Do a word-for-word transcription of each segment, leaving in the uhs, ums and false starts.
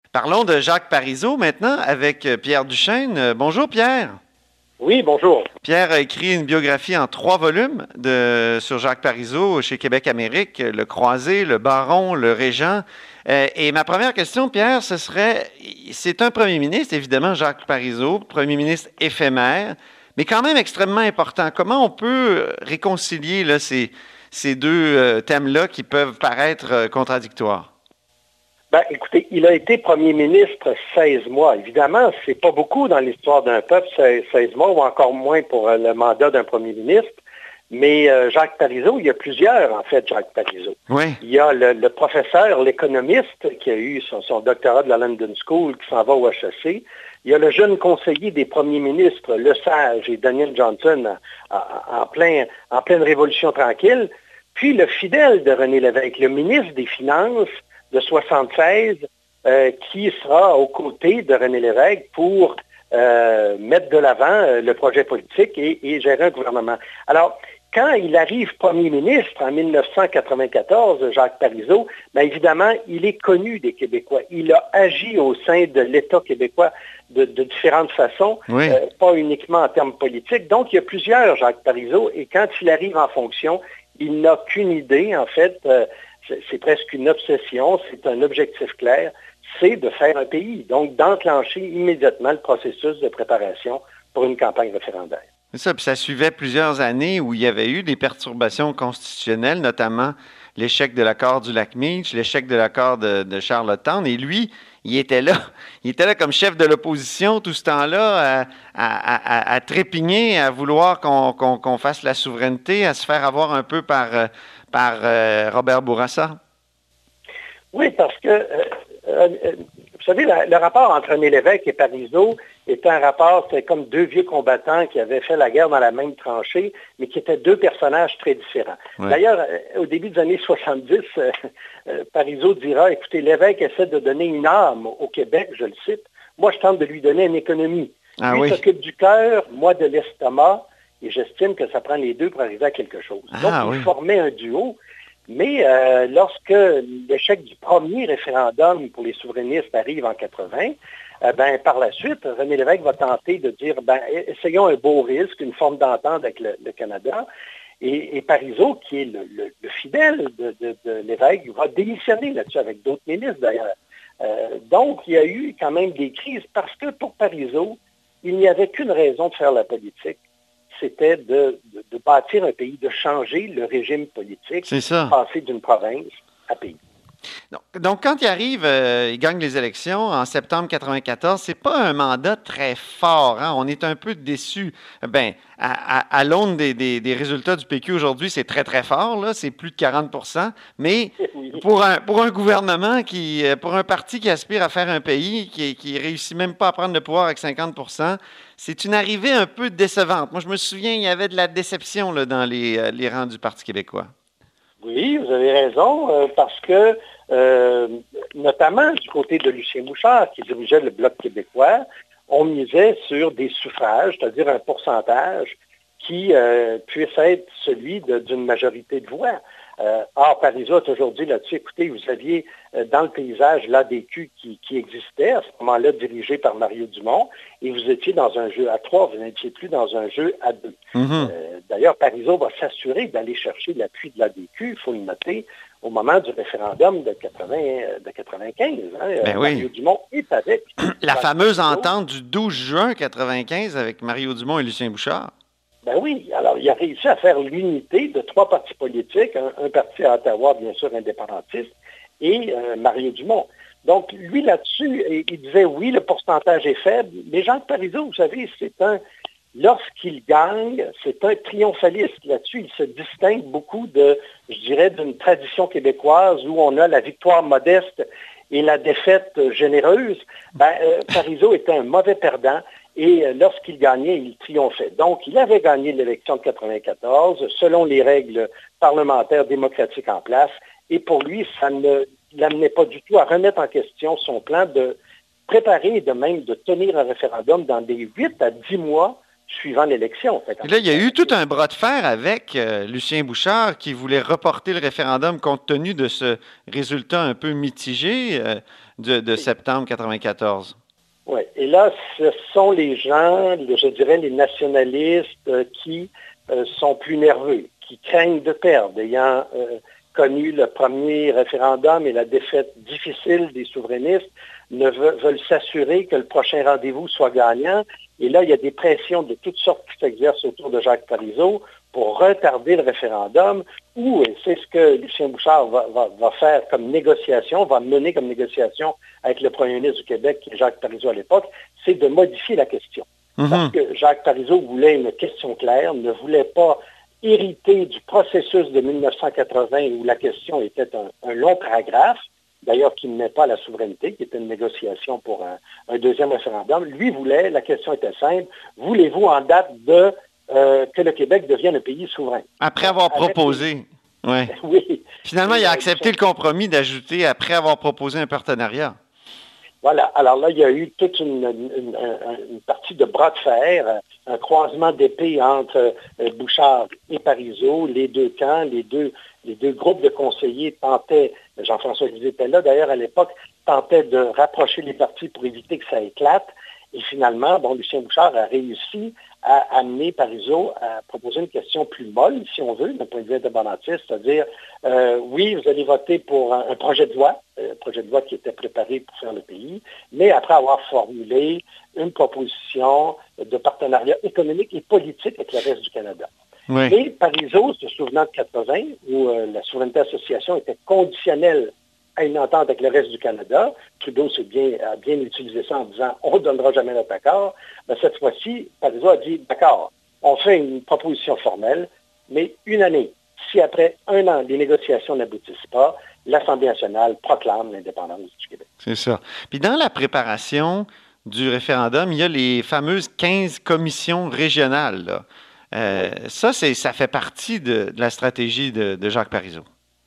Parlons de Jacques Parizeau maintenant avec Pierre Duchesne. Bonjour Pierre. Oui, bonjour. Pierre a écrit une biographie en trois volumes de, sur Jacques Parizeau chez Québec Amérique, Le Croisé, Le Baron, Le Régent. Euh, et ma première question, Pierre, ce serait, c'est un premier ministre, évidemment, Jacques Parizeau, premier ministre éphémère, mais quand même extrêmement important. Comment on peut réconcilier là, ces, ces deux euh, thèmes-là qui peuvent paraître euh, contradictoires? Ben, écoutez, il a été premier ministre seize mois. Évidemment, c'est pas beaucoup dans l'histoire d'un peuple, seize mois, ou encore moins pour le mandat d'un premier ministre. Mais euh, Jacques Parizeau, il y a plusieurs, en fait, Jacques Parizeau. Oui. Il y a le, le professeur, l'économiste, qui a eu son, son doctorat de la London School, qui s'en va au H E C. Il y a le jeune conseiller des premiers ministres, Le Sage et Daniel Johnson, en, en, en, plein, en pleine révolution tranquille. Puis le fidèle de René Lévesque, le ministre des Finances, de soixante-seize, euh, qui sera aux côtés de René Lévesque pour euh, mettre de l'avant euh, le projet politique et, et gérer un gouvernement. Alors, quand il arrive premier ministre en mille neuf cent quatre-vingt-quatorze, Jacques Parizeau, bien évidemment, il est connu des Québécois. Il a agi au sein de l'État québécois de, de différentes façons, oui. euh, pas uniquement en termes politiques. Donc, il y a plusieurs Jacques Parizeau, et quand il arrive en fonction, il n'a qu'une idée, en fait, euh, c'est presque une obsession, c'est un objectif clair, c'est de faire un pays. Donc, d'enclencher immédiatement le processus de préparation pour une campagne référendaire. C'est ça, puis ça suivait plusieurs années où il y avait eu des perturbations constitutionnelles, notamment l'échec de l'accord du Lac-Meech, l'échec de l'accord de, de Charlottetown, et lui, il était là, il était là comme chef de l'opposition tout ce temps-là, à, à, à, à trépigner, à vouloir qu'on qu'on, qu'on fasse la souveraineté, à se faire avoir un peu par, par euh, Robert Bourassa. Oui, parce que, euh, euh, vous savez, la, le rapport entre René Lévesque et Parizeau est un rapport, c'est comme deux vieux combattants qui avaient fait la guerre dans la même tranchée, mais qui étaient deux personnages très différents. Ouais. D'ailleurs, au début des années soixante-dix, euh, euh, Parizeau dira, écoutez, Lévesque essaie de donner une âme au Québec, je le cite. Moi, je tente de lui donner une économie. Ah, lui oui. s'occupe du cœur, moi de l'estomac, et j'estime que ça prend les deux pour arriver à quelque chose. Ah, Donc, oui. il formait un duo. Mais euh, lorsque l'échec du premier référendum pour les souverainistes arrive en quatre-vingt, euh, ben, par la suite, René Lévesque va tenter de dire, ben, essayons un beau risque, une forme d'entente avec le, le Canada. Et, et Parizeau, qui est le, le, le fidèle de, de, de Lévesque, va démissionner là-dessus avec d'autres ministres d'ailleurs. Euh, donc, il y a eu quand même des crises parce que pour Parizeau, il n'y avait qu'une raison de faire la politique. C'était de, de, de bâtir un pays, de changer le régime politique, c'est ça. passer d'une province à pays. Donc, donc quand il arrive, euh, il gagne les élections en septembre quatre-vingt-quatorze, c'est pas un mandat très fort. Hein? On est un peu déçus. Ben, à, à, à l'aune des, des, des résultats du P Q aujourd'hui, c'est très, très fort. Là, c'est plus de quarante pour cent. Mais oui. pour, un, pour un gouvernement, qui, pour un parti qui aspire à faire un pays, qui, qui réussit même pas à prendre le pouvoir avec cinquante pour cent, c'est une arrivée un peu décevante. Moi, je me souviens, il y avait de la déception là, dans les, les rangs du Parti québécois. Oui, vous avez raison, euh, parce que, euh, notamment du côté de Lucien Bouchard, qui dirigeait le Bloc québécois, on misait sur des suffrages, c'est-à-dire un pourcentage qui euh, puisse être celui de, d'une majorité de voix. Euh, or, Parizeau a toujours dit là-dessus, écoutez, vous aviez euh, dans le paysage l'A D Q qui, qui existait, à ce moment-là dirigé par Mario Dumont, et vous étiez dans un jeu à trois, vous n'étiez plus dans un jeu à deux. Mm-hmm. Euh, d'ailleurs, Parizeau va s'assurer d'aller chercher l'appui de l'A D Q, il faut le noter, au moment du référendum de, quatre-vingts, de quatre-vingt-quinze. Hein, ben Mario oui. Dumont est avec. La fameuse Parizeau. Entente du douze juin quatre-vingt-quinze avec Mario Dumont et Lucien Bouchard. Ben oui, alors il a réussi à faire l'unité de trois partis politiques, un, un parti à Ottawa, bien sûr, indépendantiste, et euh, Mario Dumont. Donc, lui, là-dessus, il, il disait, oui, le pourcentage est faible, mais Jacques Parizeau, vous savez, c'est un, lorsqu'il gagne, c'est un triomphaliste. Là-dessus, il se distingue beaucoup de, je dirais, d'une tradition québécoise où on a la victoire modeste et la défaite généreuse. Ben, euh, Parizeau était un mauvais perdant. Et lorsqu'il gagnait, il triomphait. Donc, il avait gagné l'élection de quatre-vingt-quatorze selon les règles parlementaires démocratiques en place. Et pour lui, ça ne l'amenait pas du tout à remettre en question son plan de préparer et de même de tenir un référendum dans des huit à dix mois suivant l'élection. Et là, il y a eu tout un bras de fer avec euh, Lucien Bouchard qui voulait reporter le référendum compte tenu de ce résultat un peu mitigé euh, de, de septembre quatre-vingt-quatorze. Oui, et là, ce sont les gens, je dirais les nationalistes euh, qui euh, sont plus nerveux, qui craignent de perdre, ayant euh, connu le premier référendum et la défaite difficile des souverainistes, ne veulent, veulent s'assurer que le prochain rendez-vous soit gagnant. Et là, il y a des pressions de toutes sortes qui s'exercent autour de Jacques Parizeau pour retarder le référendum, ou, et c'est ce que Lucien Bouchard va, va, va faire comme négociation, va mener comme négociation avec le premier ministre du Québec, qui est Jacques Parizeau à l'époque, c'est de modifier la question. Mm-hmm. Parce que Jacques Parizeau voulait une question claire, ne voulait pas hériter du processus de mille neuf cent quatre-vingt où la question était un, un long paragraphe, d'ailleurs qui ne met pas à la souveraineté, qui était une négociation pour un, un deuxième référendum. Lui voulait, la question était simple, voulez-vous en date de euh, que le Québec devienne un pays souverain? Après avoir Avec proposé. Les... Ouais. Oui. Finalement, il a accepté le compromis d'ajouter après avoir proposé un partenariat. Voilà. Alors là, il y a eu toute une, une, une, une partie de bras de fer, un croisement d'épées entre Bouchard et Parizeau, les deux camps, les deux, les deux groupes de conseillers tentaient, Jean-François Lisée était là d'ailleurs à l'époque, tentaient de rapprocher les partis pour éviter que ça éclate. Et finalement, bon, Lucien Bouchard a réussi à amener Parizeau à proposer une question plus molle, si on veut, d'un point de vue indépendantiste, c'est-à-dire, euh, oui, vous allez voter pour un, un projet de loi, un projet de loi qui était préparé pour faire le pays, mais après avoir formulé une proposition de partenariat économique et politique avec le reste du Canada. Oui. Et Parizeau, se souvenant de quatre-vingt, où euh, la souveraineté association était conditionnelle à une entente avec le reste du Canada. Trudeau s'est bien, a bien utilisé ça en disant « on ne donnera jamais notre accord ». Ben, cette fois-ci, Parizeau a dit « d'accord, on fait une proposition formelle, mais une année. Si après un an, les négociations n'aboutissent pas, l'Assemblée nationale proclame l'indépendance du Québec. » C'est ça. Puis dans la préparation du référendum, il y a les fameuses quinze commissions régionales. Là. Euh, oui. Ça, c'est, ça fait partie de, de la stratégie de, de Jacques Parizeau.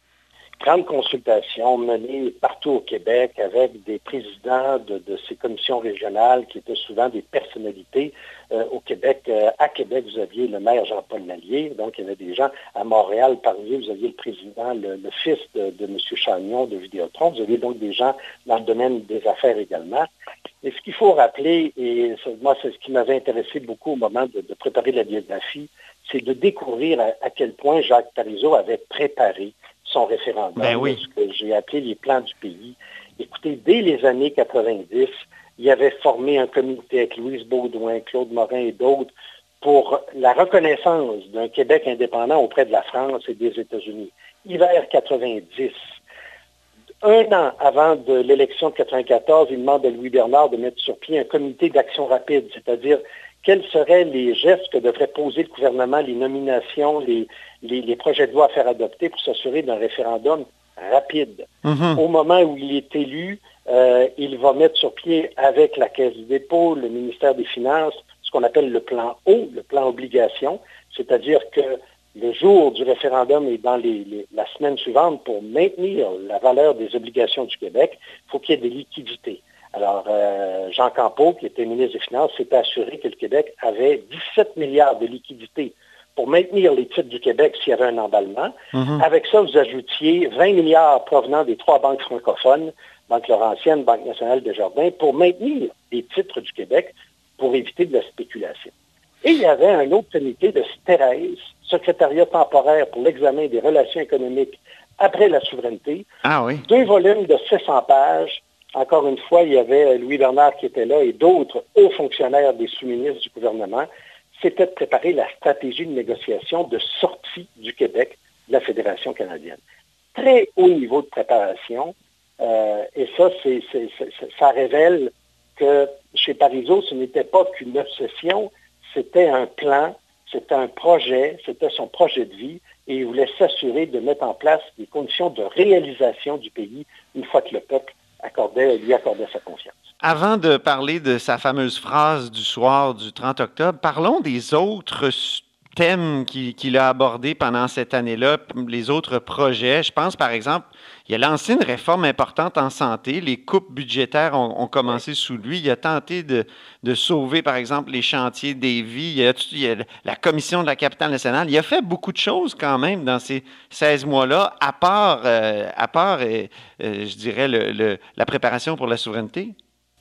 Grande consultation menée partout au Québec avec des présidents de, de ces commissions régionales qui étaient souvent des personnalités. Euh, au Québec, euh, à Québec, vous aviez le maire Jean-Paul Lallier, donc il y avait des gens. À Montréal, parmi eux, vous aviez le président, le, le fils de, de M. Chagnon de Vidéotron. Vous aviez donc des gens dans le domaine des affaires également. Et ce qu'il faut rappeler, et moi, c'est ce qui m'avait intéressé beaucoup au moment de, de préparer la biographie, c'est de découvrir à, à quel point Jacques Parizeau avait préparé son référendum, ben oui. ce que j'ai appelé les plans du pays. Écoutez, dès les années quatre-vingt-dix, il avait formé un comité avec Louise Baudouin, Claude Morin et d'autres pour la reconnaissance d'un Québec indépendant auprès de la France et des États-Unis. Hiver quatre-vingt-dix, un an avant de l'élection de quatre-vingt-quatorze, il demande à Louis Bernard de mettre sur pied un comité d'action rapide, c'est-à-dire quels seraient les gestes que devrait poser le gouvernement, les nominations, les, les, les projets de loi à faire adopter pour s'assurer d'un référendum rapide. Mm-hmm. Au moment où il est élu, euh, il va mettre sur pied avec la Caisse du dépôt, le ministère des Finances, ce qu'on appelle le plan O, le plan obligation, c'est-à-dire que le jour du référendum et dans les, les, la semaine suivante, pour maintenir la valeur des obligations du Québec, il faut qu'il y ait des liquidités. Alors, euh, Jean Campeau, qui était ministre des Finances, s'était assuré que le Québec avait dix-sept milliards de liquidités pour maintenir les titres du Québec s'il y avait un emballement. Mm-hmm. Avec ça, vous ajoutiez vingt milliards provenant des trois banques francophones, Banque Laurentienne, Banque nationale Desjardins, pour maintenir les titres du Québec pour éviter de la spéculation. Et il y avait un autre comité de Thérèse, secrétariat temporaire pour l'examen des relations économiques après la souveraineté. Ah oui. Deux volumes de six cents pages. Encore une fois, il y avait Louis Bernard qui était là et d'autres hauts fonctionnaires des sous-ministres du gouvernement. C'était de préparer la stratégie de négociation de sortie du Québec de la Fédération canadienne. Très haut niveau de préparation. Euh, et ça, c'est, c'est, c'est, ça révèle que chez Parizeau, ce n'était pas qu'une obsession, c'était un plan, c'était un projet, c'était son projet de vie, et il voulait s'assurer de mettre en place des conditions de réalisation du pays une fois que le peuple accordait, lui accordait sa confiance. Avant de parler de sa fameuse phrase du soir du trente octobre, parlons des autres thèmes qu'il, qu'il a abordés pendant cette année-là, les autres projets. Je pense, par exemple, il a lancé une réforme importante en santé. Les coupes budgétaires ont, ont commencé sous lui. Il a tenté de, de sauver, par exemple, les chantiers des vies. Il, a, il a la commission de la capitale nationale. Il a fait beaucoup de choses quand même dans ces seize mois-là, à part, euh, à part euh, euh, je dirais, le, le, la préparation pour la souveraineté.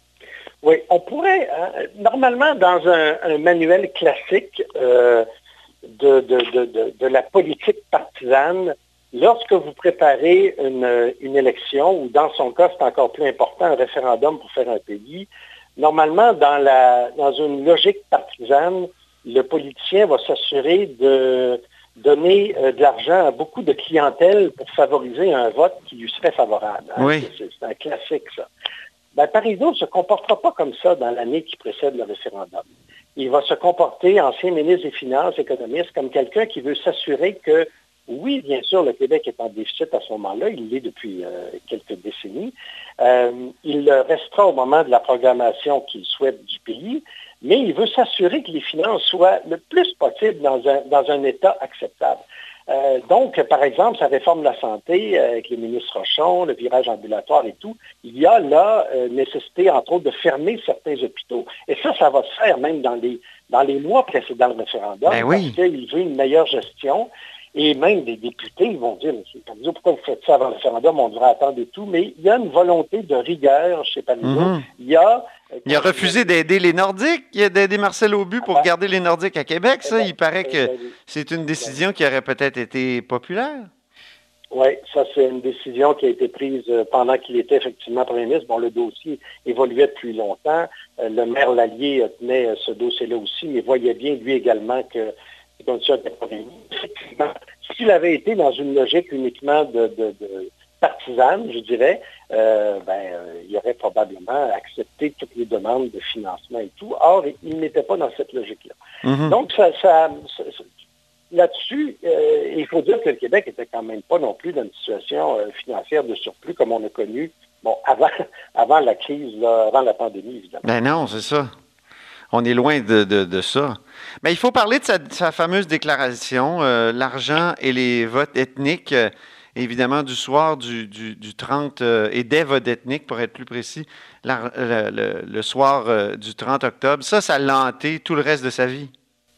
Oui, on pourrait, hein, normalement, dans un, un manuel classique, euh, De, de, de, de, de la politique partisane, lorsque vous préparez une, une élection, ou dans son cas, c'est encore plus important, un référendum pour faire un pays, normalement, dans, la, dans une logique partisane, le politicien va s'assurer de donner euh, de l'argent à beaucoup de clientèle pour favoriser un vote qui lui serait favorable. Hein? Oui. C'est, c'est un classique, ça. Ben, Parizeau ne se comportera pas comme ça dans l'année qui précède le référendum. Il va se comporter, ancien ministre des Finances, économiste, comme quelqu'un qui veut s'assurer que, oui, bien sûr, le Québec est en déficit à ce moment-là, il l'est depuis euh, quelques décennies. Euh, il le restera au moment de la programmation qu'il souhaite du pays, mais il veut s'assurer que les finances soient le plus possible dans un, dans un état acceptable. Euh, donc, par exemple, sa réforme de la santé euh, avec le ministre Rochon, le virage ambulatoire et tout, il y a là euh, nécessité, entre autres, de fermer certains hôpitaux. Et ça, ça va se faire même dans les, dans les mois précédents le référendum, ben oui. Parce qu'il veut une meilleure gestion. Et même des députés, ils vont dire, M. Parizeau, pourquoi vous faites ça avant le référendum? On devrait attendre et tout. Mais il y a une volonté de rigueur chez Parizeau. Mm-hmm. Il y a... Il a refusé d'aider les Nordiques, il a d'aider Marcel Aubu pour ah, garder les Nordiques à Québec, ça. Ben, il paraît que ben, c'est une décision ben, qui aurait peut-être été populaire. Oui, ça, c'est une décision qui a été prise pendant qu'il était effectivement premier ministre. Bon, le dossier évoluait depuis longtemps. Le maire Lallier tenait ce dossier-là aussi, mais voyait bien, lui également, que les conditions n'étaient pas réunies. Effectivement, s'il avait été dans une logique uniquement de... de, de partisane, je dirais, euh, ben, euh, il aurait probablement accepté toutes les demandes de financement et tout. Or, il n'était pas dans cette logique-là. Mm-hmm. Donc, ça, ça, ça, là-dessus, euh, il faut dire que le Québec n'était quand même pas non plus dans une situation euh, financière de surplus comme on a connu bon, avant, avant la crise, là, avant la pandémie, évidemment. Ben non, c'est ça. On est loin de, de, de ça. Mais il faut parler de sa, de sa fameuse déclaration, euh, l'argent et les votes ethniques. Euh, Évidemment, du soir du, du, du trente, euh, et des votes ethniques, pour être plus précis, la, le, le, le soir euh, du trente octobre, ça, ça l'a hanté tout le reste de sa vie.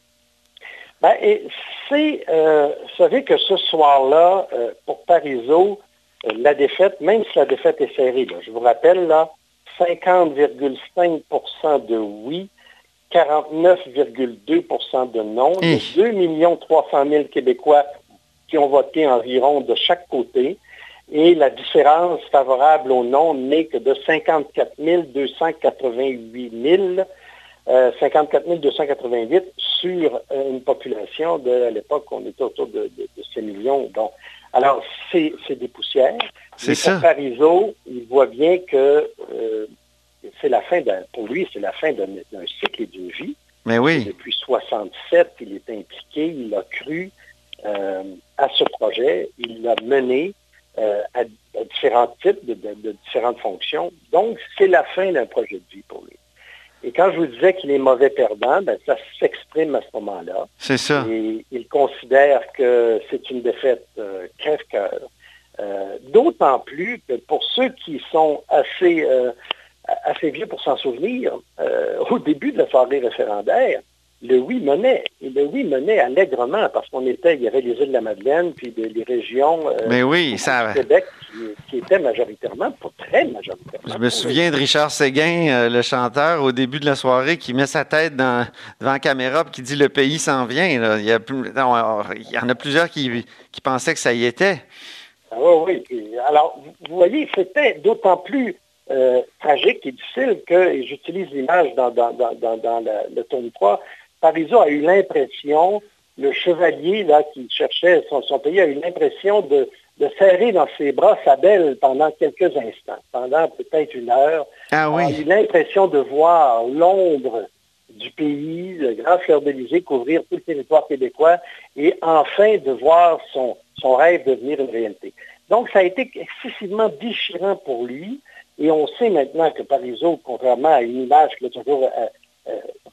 Ben, et c'est, euh, vous savez que ce soir-là, euh, pour Parizeau, euh, la défaite, même si la défaite est serrée, là, je vous rappelle, là, cinquante virgule cinq pour cent de oui, quarante-neuf virgule deux pour cent de non, et... de deux millions trois cent mille Québécois qui ont voté environ de chaque côté, et la différence favorable au non n'est que de cinquante-quatre mille deux cent quatre-vingt-huit mille, euh, cinquante-quatre mille deux cent quatre-vingt-huit sur euh, une population de, à l'époque, on était autour de, de, de six millions. Donc, alors, c'est, c'est des poussières. C'est mais ça. Pour Parizeau, il voit bien que euh, c'est la fin d'un, pour lui, c'est la fin d'un, d'un cycle et d'une vie. Mais oui. Depuis soixante-sept, il est impliqué, il a cru Euh, à ce projet, il l'a mené euh, à, à différents types, de, de, de différentes fonctions. Donc, c'est la fin d'un projet de vie pour lui. Et quand je vous disais qu'il est mauvais perdant, ben, ça s'exprime à ce moment-là. C'est ça. Et il considère que c'est une défaite euh, crève-cœur. Euh, d'autant plus que pour ceux qui sont assez, euh, assez vieux pour s'en souvenir, euh, au début de la soirée référendaire, le oui menait. Et le oui menait allègrement parce qu'on était, il y avait les îles de la Madeleine, puis des, les régions euh, Mais oui, ça... du Québec qui, qui étaient majoritairement, pas très majoritairement. Je me souviens de Richard Séguin, euh, le chanteur, au début de la soirée, qui met sa tête dans, devant la caméra et qui dit « Le pays s'en vient ». Là. Il, y a, non, il y en a plusieurs qui, qui pensaient que ça y était. Ah oui, oui. Alors, vous voyez, c'était d'autant plus euh, tragique et difficile que, et j'utilise l'image dans, dans, dans, dans, dans le, le tome trois, Parizeau a eu l'impression, le chevalier là, qui cherchait son, son pays a eu l'impression de, de serrer dans ses bras sa belle pendant quelques instants, pendant peut-être une heure. Ah oui. Il a eu l'impression de voir l'ombre du pays, le grand fleur d'Élysée couvrir tout le territoire québécois et enfin de voir son, son rêve devenir une réalité. Donc ça a été excessivement déchirant pour lui et on sait maintenant que Parizeau, contrairement à une image qu'il a toujours... Euh, Euh,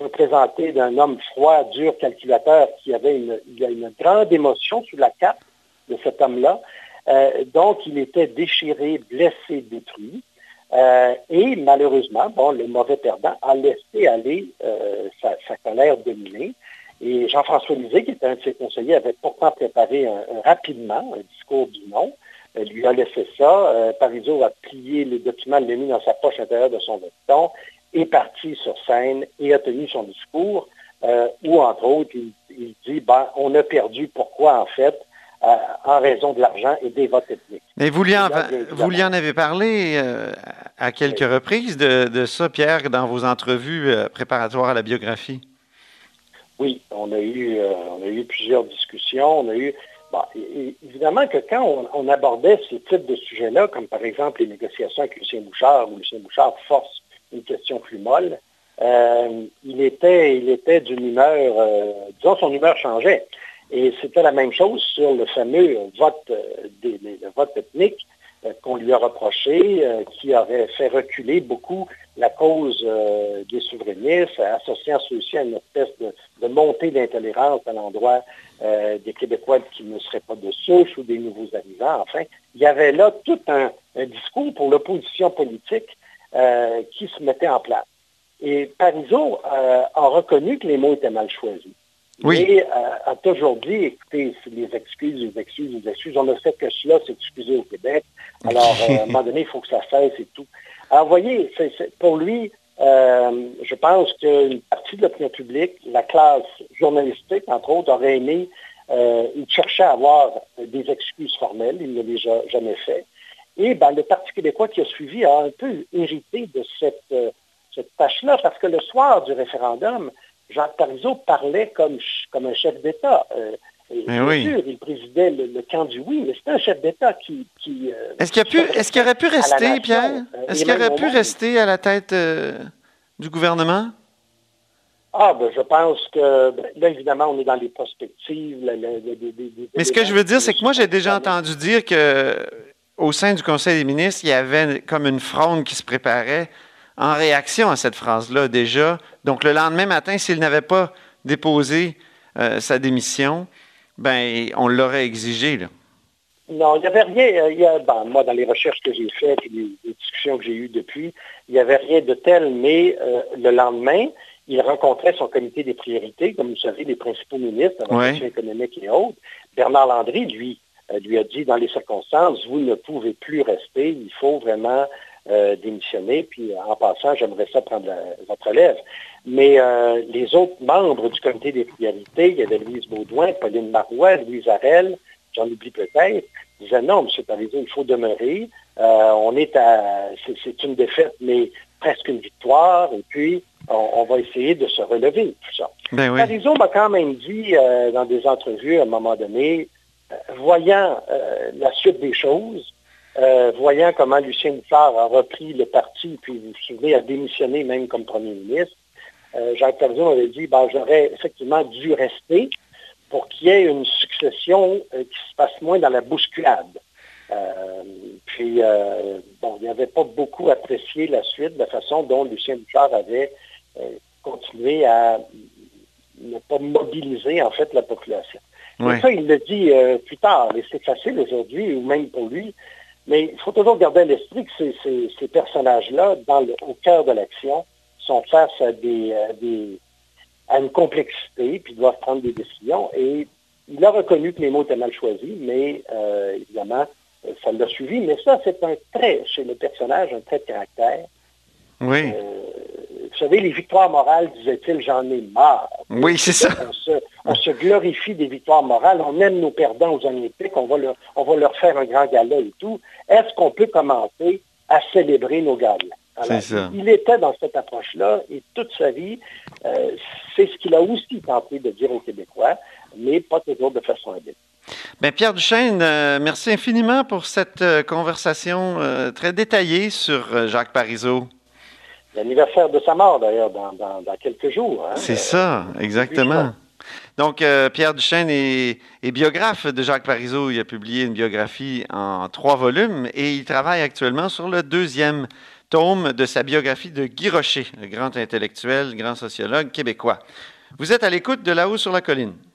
représenté d'un homme froid, dur, calculateur, qui avait une, il a une grande émotion sous la cape de cet homme-là. Euh, donc, il était déchiré, blessé, détruit. Euh, et malheureusement, bon, le mauvais perdant a laissé aller euh, sa, sa colère dominée. Et Jean-François Lisée, qui était un de ses conseillers, avait pourtant préparé un, un, rapidement un discours du non. Euh, lui a laissé ça. Euh, Parizeau a plié les documents, l'a mis dans sa poche intérieure de son veston, est parti sur scène et a tenu son discours euh, où, entre autres, il, il dit ben, on a perdu. Pourquoi, en fait? Euh, en raison de l'argent et des votes ethniques. Mais vous lui en, vous lui en avez parlé euh, à quelques oui. reprises de, de ça, Pierre, dans vos entrevues euh, préparatoires à la biographie? Oui, on a eu, euh, on a eu plusieurs discussions. On a eu, bon, évidemment que quand on, on abordait ce type de sujets-là, comme par exemple les négociations avec Lucien Bouchard, où Lucien Bouchard force une question plus molle, euh, il était, il était d'une humeur, euh, disons, son humeur changeait. Et c'était la même chose sur le fameux vote, euh, des, les, le vote ethnique euh, qu'on lui a reproché, euh, qui aurait fait reculer beaucoup la cause euh, des souverainistes, associant ceux-ci à une espèce de, de montée d'intolérance à l'endroit euh, des Québécois qui ne seraient pas de souche ou des nouveaux arrivants. Enfin, il y avait là tout un, un discours pour l'opposition politique euh, qui se mettait en place. Et Parizeau euh, a reconnu que les mots étaient mal choisis. Oui. Et euh, a toujours dit, écoutez, les excuses, les excuses, les excuses, on ne fait que cela, c'est excusé au Québec. Alors, euh, à un moment donné, il faut que ça cesse et tout. Alors, vous voyez, c'est, c'est, pour lui, euh, je pense qu'une partie de l'opinion publique, la classe journalistique, entre autres, aurait aimé, euh, il cherchait à avoir des excuses formelles, il ne les a jamais fait. Et ben, le Parti québécois qui a suivi a un peu hérité de cette, euh, cette tâche-là, parce que le soir du référendum, Jacques Parizeau parlait comme, comme un chef d'État. Euh, bien oui. sûr, il présidait le, le camp du oui, mais c'était un chef d'État qui... qui euh, est-ce qu'il, a pu, est-ce qu'il aurait pu rester, nation, Pierre? Euh, est-ce qu'il aurait pu monde. rester à la tête euh, du gouvernement? Ah, ben, je pense que, ben, là, évidemment, on est dans les perspectives. La, la, la, la, la, mais ce que je veux dire, c'est que moi, j'ai déjà entendu dire qu'au sein du Conseil des ministres, il y avait comme une fronde qui se préparait en réaction à cette phrase-là déjà. Donc, le lendemain matin, s'il n'avait pas déposé euh, sa démission, ben, on l'aurait exigé, là. Non, il n'y avait rien. Il y a, ben, moi, dans les recherches que j'ai faites et les, les discussions que j'ai eues depuis, il n'y avait rien de tel, mais euh, le lendemain, il rencontrait son comité des priorités, comme vous savez, les principaux ministres, la ouais. économique et autres. Bernard Landry, lui, euh, lui a dit, dans les circonstances, vous ne pouvez plus rester, il faut vraiment euh, démissionner. Puis, en passant, j'aimerais ça prendre la, votre relève. Mais euh, les autres membres du comité des priorités, il y avait Louise Baudouin, Pauline Marois, Louise Arel, j'en oublie peut-être, disaient non, M. Parizeau, il faut demeurer. Euh, on est à, c'est, c'est une défaite, mais presque une victoire, et puis on, on va essayer de se relever, tout ça. Ben oui. Parizeau m'a quand même dit euh, dans des entrevues à un moment donné, euh, voyant euh, la suite des choses, euh, voyant comment Lucien Bouchard a repris le parti, puis vous vous souvenez, a démissionné même comme premier ministre, euh, Jacques Parizeau m'avait dit, ben, j'aurais effectivement dû rester pour qu'il y ait une succession euh, qui se passe moins dans la bousculade. Euh, puis, euh, bon, il n'avait pas beaucoup apprécié la suite, la façon dont Lucien Bouchard avait euh, continué à ne pas mobiliser, en fait, la population. Oui. Et ça, il le dit euh, plus tard, et c'est facile aujourd'hui, ou même pour lui, mais il faut toujours garder à l'esprit que ces, ces, ces personnages-là, dans le, au cœur de l'action, sont face à des... À des à une complexité, puis doivent prendre des décisions. Et il a reconnu que les mots étaient mal choisis, mais euh, évidemment, ça l'a suivi. Mais ça, c'est un trait chez le personnage, un trait de caractère. Oui. Euh, vous savez, les victoires morales, disait-il, j'en ai marre. Oui, c'est ça. On se, on se glorifie des victoires morales, on aime nos perdants aux Olympiques, on va leur, on va leur faire un grand gala et tout. Est-ce qu'on peut commencer à célébrer nos galas? Alors, c'est ça. Il était dans cette approche-là et toute sa vie, euh, c'est ce qu'il a aussi tenté de dire aux Québécois, mais pas toujours de façon habile. Bien, Pierre Duchesne, euh, merci infiniment pour cette euh, conversation euh, très détaillée sur euh, Jacques Parizeau. L'anniversaire de sa mort, d'ailleurs, dans, dans, dans quelques jours. Hein, c'est euh, ça, exactement. Donc, euh, Pierre Duchesne est, est biographe de Jacques Parizeau. Il a publié une biographie en trois volumes et il travaille actuellement sur le deuxième tome de sa biographie de Guy Rocher, le grand intellectuel, grand sociologue québécois. Vous êtes à l'écoute de Là-haut sur la colline.